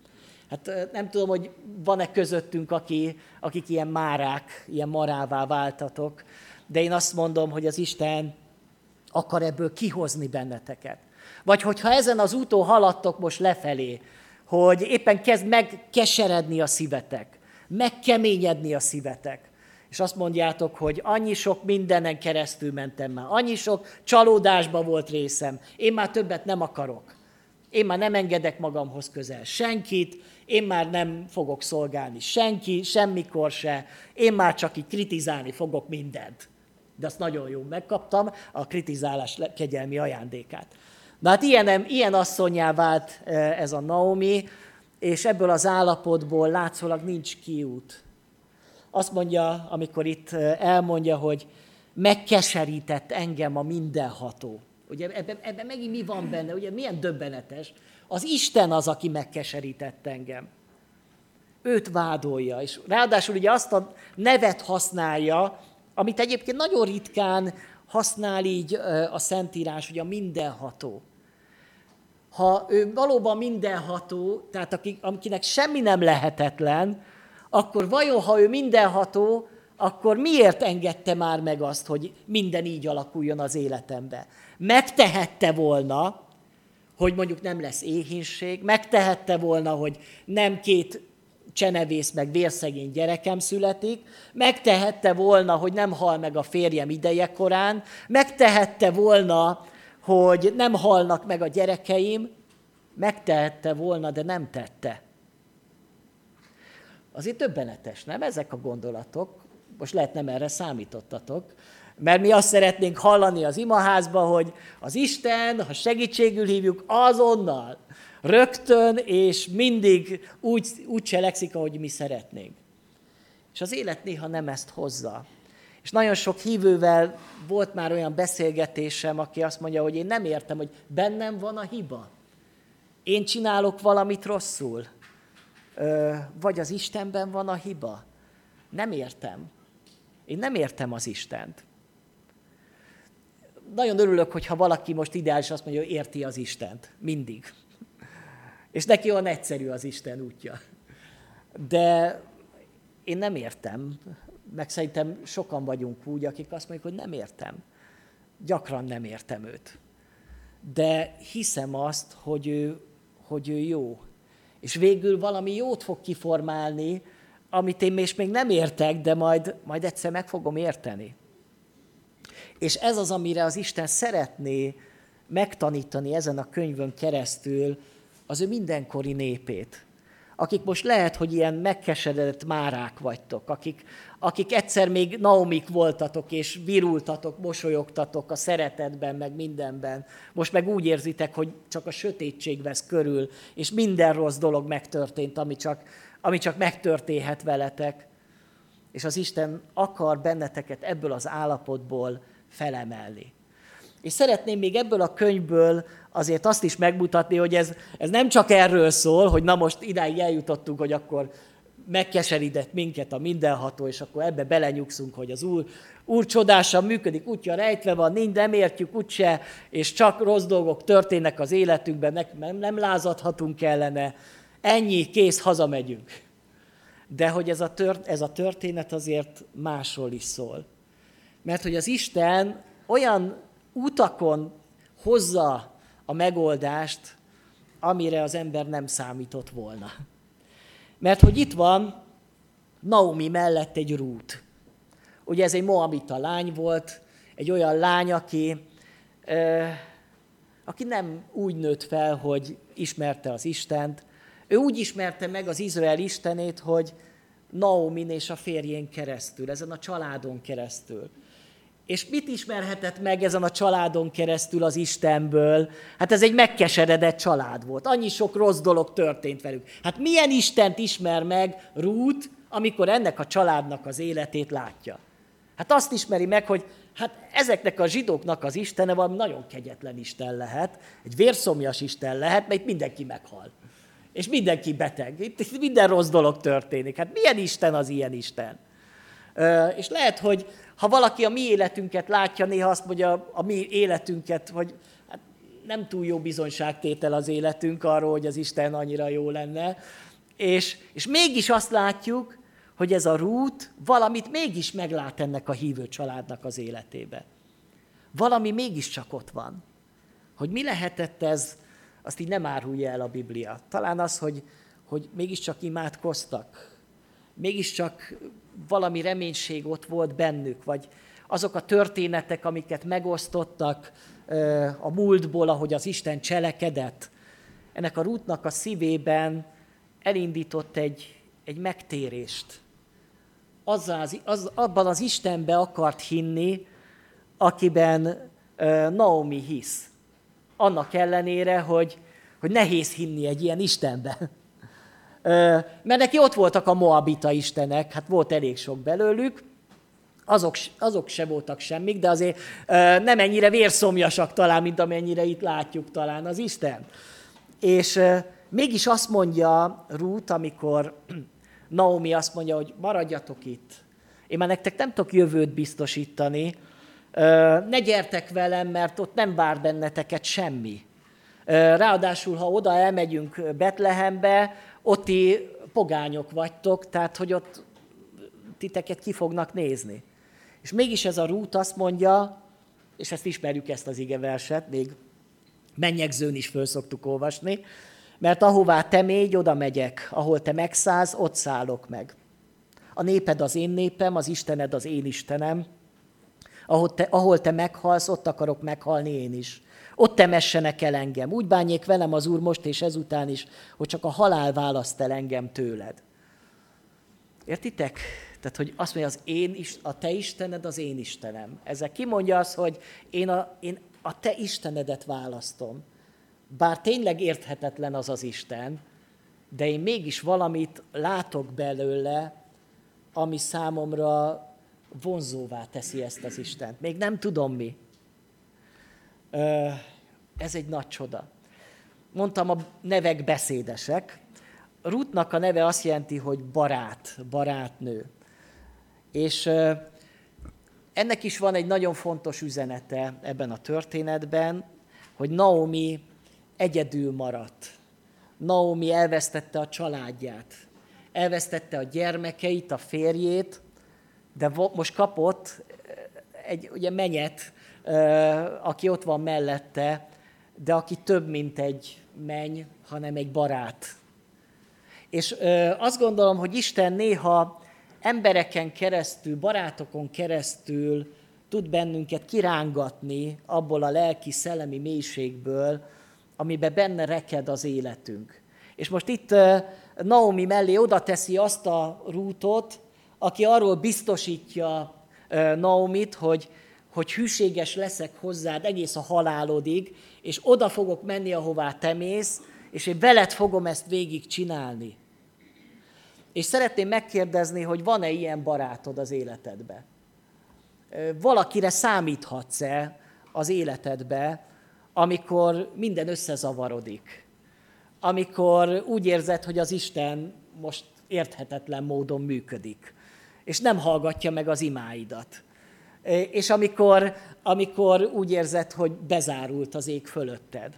Hát nem tudom, hogy van-e közöttünk, aki, akik ilyen márák, ilyen marává váltatok, de én azt mondom, hogy az Isten akar ebből kihozni benneteket. Vagy hogyha ezen az úton haladtok most lefelé, hogy éppen kezd megkeseredni a szívetek, megkeményedni a szívetek, és azt mondjátok, hogy annyi sok mindenen keresztül mentem már, annyi sok csalódásba volt részem, én már többet nem akarok. Én már nem engedek magamhoz közel senkit, én már nem fogok szolgálni senki, semmikor se, én már csak így kritizálni fogok mindent. De azt nagyon jól megkaptam, a kritizálás kegyelmi ajándékát. Na hát ilyen, ilyen asszonnyá vált ez a Naomi, és ebből az állapotból látszólag nincs kiút. Azt mondja, amikor itt elmondja, hogy megkeserített engem a mindenható. Ugye ebben, ebben megint mi van benne, ugye milyen döbbenetes. Az Isten az, aki megkeserített engem. Őt vádolja, és ráadásul ugye azt a nevet használja, amit egyébként nagyon ritkán használ így a Szentírás, ugye a mindenható. Ha ő valóban mindenható, tehát akinek semmi nem lehetetlen, akkor vajon, ha ő mindenható, akkor miért engedte már meg azt, hogy minden így alakuljon az életembe? Megtehette volna, hogy mondjuk nem lesz éhínség, megtehette volna, hogy nem két csenevész meg vérszegény gyerekem születik, megtehette volna, hogy nem hal meg a férjem idejekorán, megtehette volna, hogy nem halnak meg a gyerekeim, megtehette volna, de nem tette. Azért döbbenetes, nem? Ezek a gondolatok. Most lehet nem erre számítottatok, mert mi azt szeretnénk hallani az imaházba, hogy az Isten, ha segítségül hívjuk, azonnal, rögtön, és mindig úgy, úgy cselekszik, ahogy mi szeretnénk. És az élet néha nem ezt hozza. És nagyon sok hívővel volt már olyan beszélgetésem, aki azt mondja, hogy én nem értem, hogy bennem van a hiba. Én csinálok valamit rosszul. Ö, vagy az Istenben van a hiba. Nem értem. Én nem értem az Istent. Nagyon örülök, hogyha valaki most ideális azt mondja, hogy érti az Istent. Mindig. És neki olyan egyszerű az Isten útja. De én nem értem. Meg szerintem sokan vagyunk úgy, akik azt mondják, hogy nem értem. Gyakran nem értem őt. De hiszem azt, hogy ő, hogy ő jó. És végül valami jót fog kiformálni, amit én még nem értek, de majd, majd egyszer meg fogom érteni. És ez az, amire az Isten szeretné megtanítani ezen a könyvön keresztül az ő mindenkori népét. Akik most lehet, hogy ilyen megkeseredett márák vagytok, akik, akik egyszer még Naomik voltatok, és virultatok, mosolyogtatok a szeretetben, meg mindenben. Most meg úgy érzitek, hogy csak a sötétség vesz körül, és minden rossz dolog megtörtént, ami csak, ami csak megtörténhet veletek. És az Isten akar benneteket ebből az állapotból felemelni. És szeretném még ebből a könyvből azért azt is megmutatni, hogy ez, ez nem csak erről szól, hogy na most idáig eljutottunk, hogy akkor megkeserített minket a mindenható, és akkor ebbe belenyugszunk, hogy az Úr, Úr csodásan működik, útja rejtve van, nincs, nem értjük úgyse, és csak rossz dolgok történnek az életünkben, nem, nem lázadhatunk ellene, ennyi, kész, hazamegyünk. De hogy ez a, tört, ez a történet azért másról is szól. Mert hogy az Isten olyan utakon hozza a megoldást, amire az ember nem számított volna. Mert hogy itt van Naomi mellett egy Rút. Ugye ez egy moabita lány volt, egy olyan lány, aki, ö, aki nem úgy nőtt fel, hogy ismerte az Istent. Ő úgy ismerte meg az Izrael Istenét, hogy Naomin és a férjén keresztül, ezen a családon keresztül. És mit ismerhetett meg ezen a családon keresztül az Istenből? Hát ez egy megkeseredett család volt. Annyi sok rossz dolog történt velük. Hát milyen Istent ismer meg Rút, amikor ennek a családnak az életét látja? Hát azt ismeri meg, hogy hát ezeknek a zsidóknak az Istene valami nagyon kegyetlen Isten lehet, egy vérszomjas Isten lehet, mert itt mindenki meghal. És mindenki beteg. Itt minden rossz dolog történik. Hát milyen Isten az ilyen Isten? És lehet, hogy ha valaki a mi életünket látja, néha azt mondja a mi életünket, hogy hát nem túl jó bizonyságtétel az életünk arról, hogy az Isten annyira jó lenne. És, és mégis azt látjuk, hogy ez a Rút valamit mégis meglát ennek a hívő családnak az életébe. Valami mégiscsak ott van. Hogy mi lehetett ez, azt így nem árulja el a Biblia. Talán az, hogy, hogy mégiscsak imádkoztak, mégiscsak valami reménység ott volt bennük, vagy azok a történetek, amiket megosztottak a múltból, ahogy az Isten cselekedett, ennek a Rútnak a szívében elindított egy, egy megtérést. Az, az, abban az Istenbe akart hinni, akiben Naomi hisz. Annak ellenére, hogy, hogy nehéz hinni egy ilyen Istenbe. Mert neki ott voltak a moabita istenek, hát volt elég sok belőlük, azok, azok se voltak semmik, de azért nem ennyire vérszomjasak talán, mint amennyire itt látjuk talán az Isten. És mégis azt mondja Rút, amikor Naomi azt mondja, hogy maradjatok itt. Én már nektek nem tudok jövőt biztosítani, ne gyertek velem, mert ott nem vár benneteket semmi. Ráadásul, ha oda elmegyünk Betlehembe, ott ti pogányok vagytok, tehát hogy ott titeket ki fognak nézni. És mégis ez a Rút azt mondja, és ezt ismerjük, ezt az igeverset, még Mennyegzőn is föl szoktuk olvasni, Mert ahová te mégy, oda megyek, ahol te megszállsz, ott szállok meg. A néped az én népem, az Istened az én Istenem. Ahol te, ahol te meghalsz, ott akarok meghalni én is. Ott temessenek el engem. Úgy bánjék velem az Úr most és ezután is, hogy csak a halál választ el engem tőled. Értitek? Tehát, hogy azt mondja, az én, a te Istened az én Istenem. Ezzel kimondja azt, hogy én a, én a te Istenedet választom. Bár tényleg érthetetlen az az Isten, de én mégis valamit látok belőle, ami számomra vonzóvá teszi ezt az Istent. Még nem tudom mi. Ez egy nagy csoda. Mondtam, a nevek beszédesek. Rutnak a neve azt jelenti, hogy barát, barátnő. És ennek is van egy nagyon fontos üzenete ebben a történetben, hogy Naomi egyedül maradt. Naomi elvesztette a családját, elvesztette a gyermekeit, a férjét, de most kapott egy ugye menyet, aki ott van mellette, de aki több, mint egy menny, hanem egy barát. És azt gondolom, hogy Isten néha embereken keresztül, barátokon keresztül tud bennünket kirángatni abból a lelki, szellemi mélységből, amiben benne reked az életünk. És most itt Naomi mellé oda teszi azt a Rútot, aki arról biztosítja Naomit, hogy, hogy hűséges leszek hozzád egész a halálodig, és oda fogok menni, ahová te mész, és én veled fogom ezt végig csinálni. És szeretném megkérdezni, hogy van-e ilyen barátod az életedbe? Valakire számíthatsz-e az életedbe, amikor minden összezavarodik? Amikor úgy érzed, hogy az Isten most érthetetlen módon működik, és nem hallgatja meg az imáidat. És amikor, amikor úgy érzed, hogy bezárult az ég fölötted.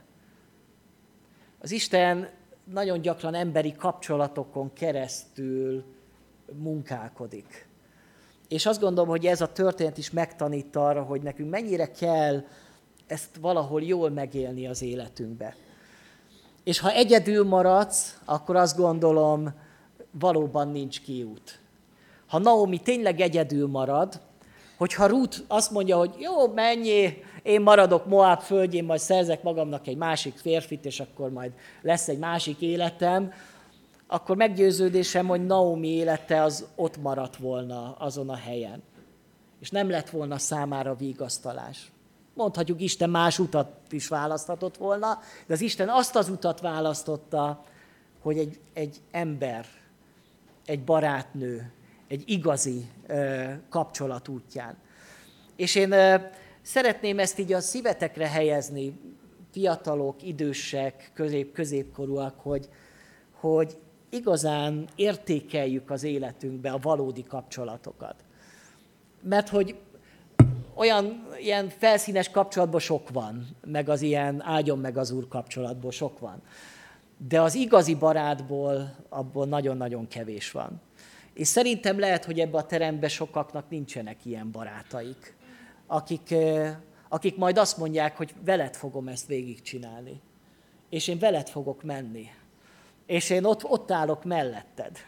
Az Isten nagyon gyakran emberi kapcsolatokon keresztül munkálkodik. És azt gondolom, hogy ez a történet is megtanít arra, hogy nekünk mennyire kell ezt valahol jól megélni az életünkbe. És ha egyedül maradsz, akkor azt gondolom, valóban nincs kiút. Ha Naomi tényleg egyedül marad, hogyha Rút azt mondja, hogy jó, menjél, én maradok Moab földjén, majd szerzek magamnak egy másik férfit, és akkor majd lesz egy másik életem, akkor meggyőződésem, hogy Naomi élete az ott maradt volna azon a helyen. És nem lett volna számára vigasztalás. Mondhatjuk, Isten más utat is választhatott volna, de az Isten azt az utat választotta, hogy egy, egy ember, egy barátnő, egy igazi ö, kapcsolat útján. És én ö, szeretném ezt így a szívetekre helyezni, fiatalok, idősek, közép, középkorúak, hogy, hogy igazán értékeljük az életünkbe a valódi kapcsolatokat. Mert hogy olyan ilyen felszínes kapcsolatban sok van, meg az ilyen áldjon meg az Úr kapcsolatból sok van. De az igazi barátból abból nagyon-nagyon kevés van. És szerintem lehet, hogy ebben a teremben sokaknak nincsenek ilyen barátaik, akik, akik majd azt mondják, hogy veled fogom ezt végigcsinálni. És én veled fogok menni. És én ott, ott állok melletted.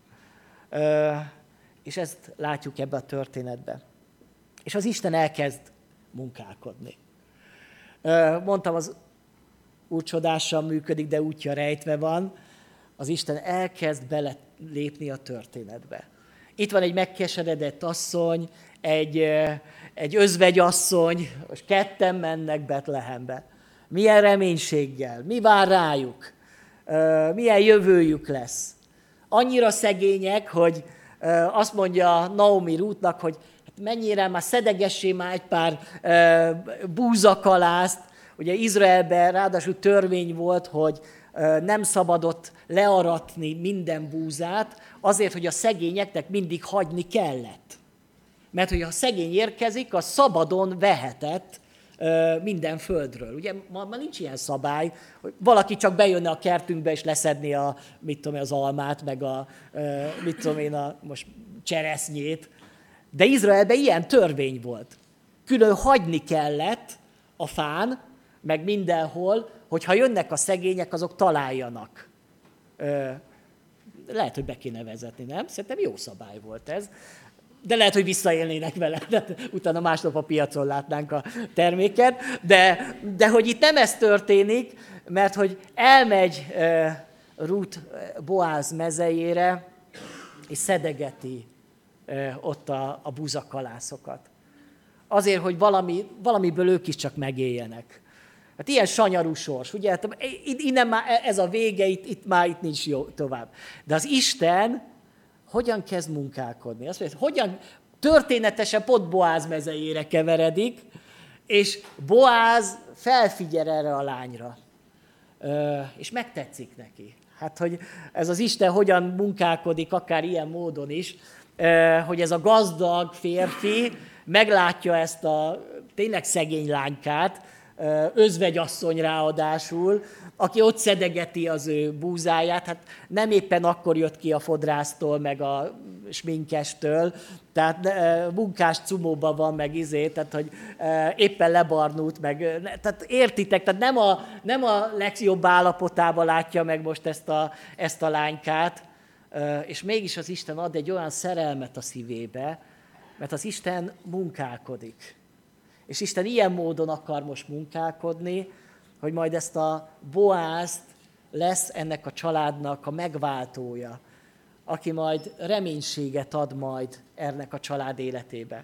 És ezt látjuk ebben a történetben. És az Isten elkezd munkálkodni. Mondtam, az Úr csodással működik, de útja rejtve van. Az Isten elkezd belelépni a történetbe. Itt van egy megkeseredett asszony, egy, egy özvegyasszony, most ketten mennek Betlehembe. Milyen reménységgel, mi vár rájuk, milyen jövőjük lesz. Annyira szegények, hogy azt mondja Naomi Rútnak, hogy mennyire már szedegessé már egy pár búzakalászt. Ugye Izraelben ráadásul törvény volt, hogy nem szabadott learatni minden búzát, azért, hogy a szegényeknek mindig hagyni kellett. Mert hogy ha szegény érkezik, az szabadon vehetett minden földről. Ugye ma, ma nincs ilyen szabály, hogy valaki csak bejönne a kertünkbe és leszedni a, mit tudom, az almát, meg a, mit tudom én, a most cseresznyét. De Izraelben ilyen törvény volt. Külön hagyni kellett a fán, meg mindenhol, hogyha jönnek a szegények, azok találjanak. Ö, lehet, hogy be kéne vezetni, nem? Szerintem jó szabály volt ez. De lehet, hogy visszaélnének vele, de utána másnap a piacon látnánk a terméket. De, de hogy itt nem ez történik, mert hogy elmegy uh, Rút Boáz mezejére, és szedegeti uh, ott a, a buzakalászokat. Azért, hogy valami, valamiből ők is csak megéljenek. Hát ilyen sanyarú sors, ugye? Hát innen már ez a vége, itt, itt már itt nincs jó tovább. De az Isten hogyan kezd munkálkodni? Azt mondja, hogyan történetesen pont Boáz mezejére keveredik, és Boáz felfigyel erre a lányra, és megtetszik neki. Hát, hogy ez az Isten hogyan munkálkodik, akár ilyen módon is, hogy ez a gazdag férfi meglátja ezt a tényleg szegény lánykát, özvegyasszony ráadásul, aki ott szedegeti az ő búzáját, hát nem éppen akkor jött ki a fodrásztól, meg a sminkestől, tehát munkás cumóban van, meg izé, tehát hogy éppen lebarnult, meg, tehát értitek, tehát nem a, nem a legjobb állapotában látja meg most ezt a, ezt a lánykát, és mégis az Isten ad egy olyan szerelmet a szívébe, mert az Isten munkálkodik. És Isten ilyen módon akar most munkálkodni, hogy majd ezt a Boázt lesz ennek a családnak a megváltója, aki majd reménységet ad majd ennek a család életébe.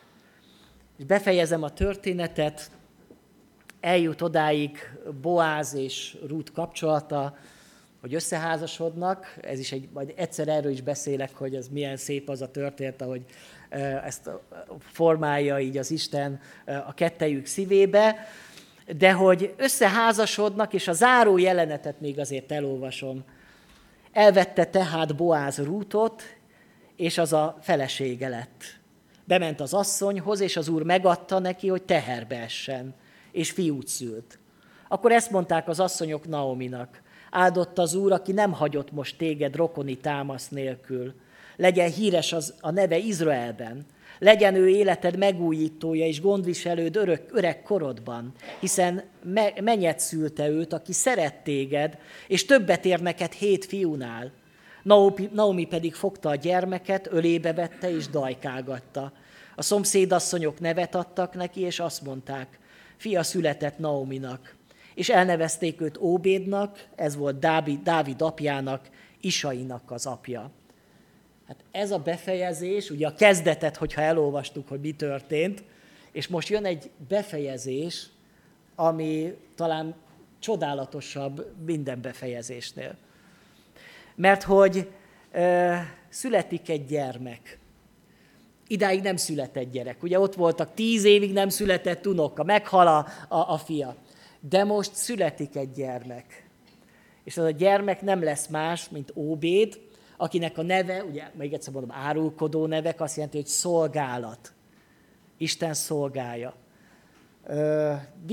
És befejezem a történetet, eljut odáig Boáz és Rút kapcsolata, hogy összeházasodnak, ez is egy, majd egyszer erről is beszélek, hogy ez milyen szép az a történet, ahogy ezt formálja így az Isten a kettejük szívébe, de hogy összeházasodnak, és a záró jelenetet még azért elolvasom. Elvette tehát Boáz Rútot, és az a felesége lett. Bement az asszonyhoz, és az úr megadta neki, hogy teherbe essen, és fiút szült. Akkor ezt mondták az asszonyok Naominak: áldott az úr, aki nem hagyott most téged rokoni támasz nélkül. Legyen híres az, a neve Izraelben. Legyen ő életed megújítója és gondviselőd örök, öreg korodban, hiszen me, menyed szülte őt, aki szeret téged, és többet ér neked hét fiúnál. Naomi, Naomi pedig fogta a gyermeket, ölébe vette és dajkálgatta. A szomszédasszonyok nevet adtak neki, és azt mondták: fia született Naominak. És elnevezték őt Óbédnak, ez volt Dávid, Dávid apjának, Isainak az apja. Hát ez a befejezés, ugye a kezdetet, hogyha elolvastuk, hogy mi történt, és most jön egy befejezés, ami talán csodálatosabb minden befejezésnél. Mert hogy e, születik egy gyermek. Idáig nem született gyerek. Ugye ott voltak tíz évig nem született unoka, meghal a, a, a fia. De most születik egy gyermek. És az a gyermek nem lesz más, mint Óbéd, akinek a neve, ugye még egyszer mondom, árulkodó nevek, azt jelenti, hogy szolgálat. Isten szolgálja. Ö,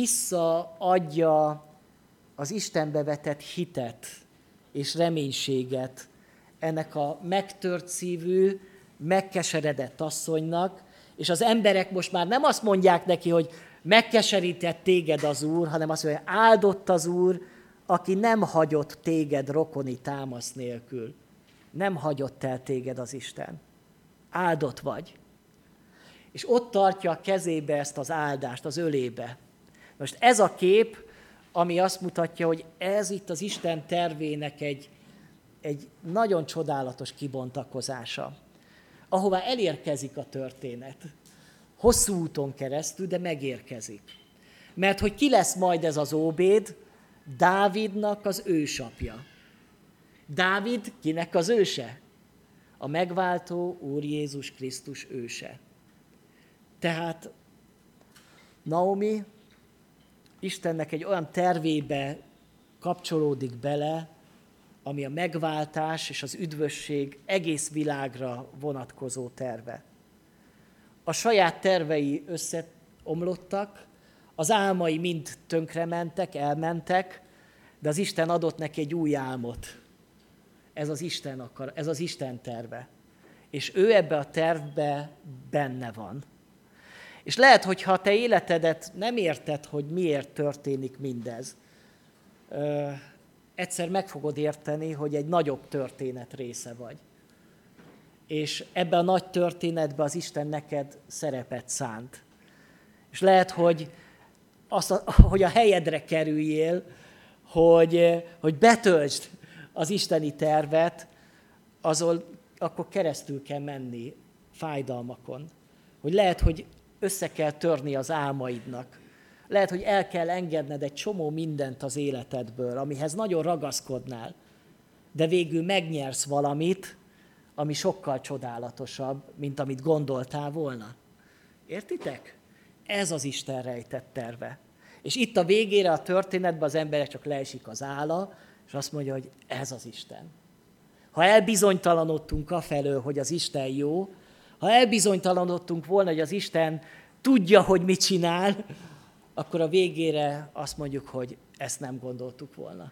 visszaadja az Istenbe vetett hitet és reménységet ennek a megtört szívű, megkeseredett asszonynak, és az emberek most már nem azt mondják neki, hogy megkeserített téged az Úr, hanem azt mondja, hogy áldott az Úr, aki nem hagyott téged rokoni támasz nélkül. Nem hagyott el téged az Isten. Áldott vagy. És ott tartja a kezébe ezt az áldást, az ölébe. Most ez a kép, ami azt mutatja, hogy ez itt az Isten tervének egy, egy nagyon csodálatos kibontakozása, ahová elérkezik a történet. Hosszú úton keresztül, de megérkezik. Mert hogy ki lesz majd ez az Óbéd? Dávidnak az ősapja. Dávid kinek az őse? A megváltó Úr Jézus Krisztus őse. Tehát Naomi Istennek egy olyan tervébe kapcsolódik bele, ami a megváltás és az üdvösség egész világra vonatkozó terve. A saját tervei összeomlottak, az álmai mind tönkrementek, elmentek, de az Isten adott neki egy új álmot. Ez az Isten akar, ez az Isten terve. És ő ebbe a tervbe benne van. És lehet, hogy ha te életedet nem érted, hogy miért történik mindez, ö, egyszer meg fogod érteni, hogy egy nagyobb történet része vagy. És ebben a nagy történetben az Isten neked szerepet szánt. És lehet, hogy, azt a, hogy a helyedre kerüljél, hogy, hogy betöltsd az isteni tervet, azon akkor keresztül kell menni fájdalmakon. Hogy lehet, hogy össze kell törni az álmaidnak. Lehet, hogy el kell engedned egy csomó mindent az életedből, amihez nagyon ragaszkodnál, de végül megnyersz valamit, ami sokkal csodálatosabb, mint amit gondoltál volna. Értitek? Ez az Isten rejtett terve. És itt a végére a történetben az emberek csak leesik az álla, és azt mondja, hogy ez az Isten. Ha elbizonytalanodtunk afelől, hogy az Isten jó, ha elbizonytalanodtunk volna, hogy az Isten tudja, hogy mit csinál, akkor a végére azt mondjuk, hogy ezt nem gondoltuk volna.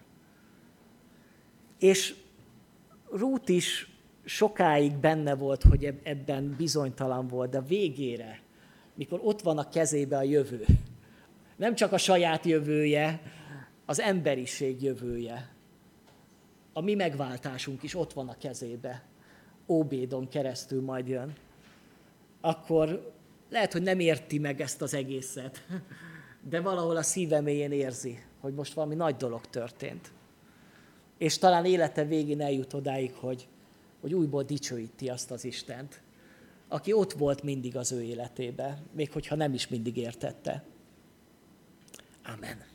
És Rút is sokáig benne volt, hogy ebben bizonytalan volt, de végére, mikor ott van a kezébe a jövő, nem csak a saját jövője, az emberiség jövője. A mi megváltásunk is ott van a kezébe. Óbédon keresztül majd jön. Akkor lehet, hogy nem érti meg ezt az egészet, de valahol a szíve mélyén érzi, hogy most valami nagy dolog történt. És talán élete végén eljut odáig, hogy, hogy újból dicsőíti azt az Istent, aki ott volt mindig az ő életében, még hogyha nem is mindig értette. Amen.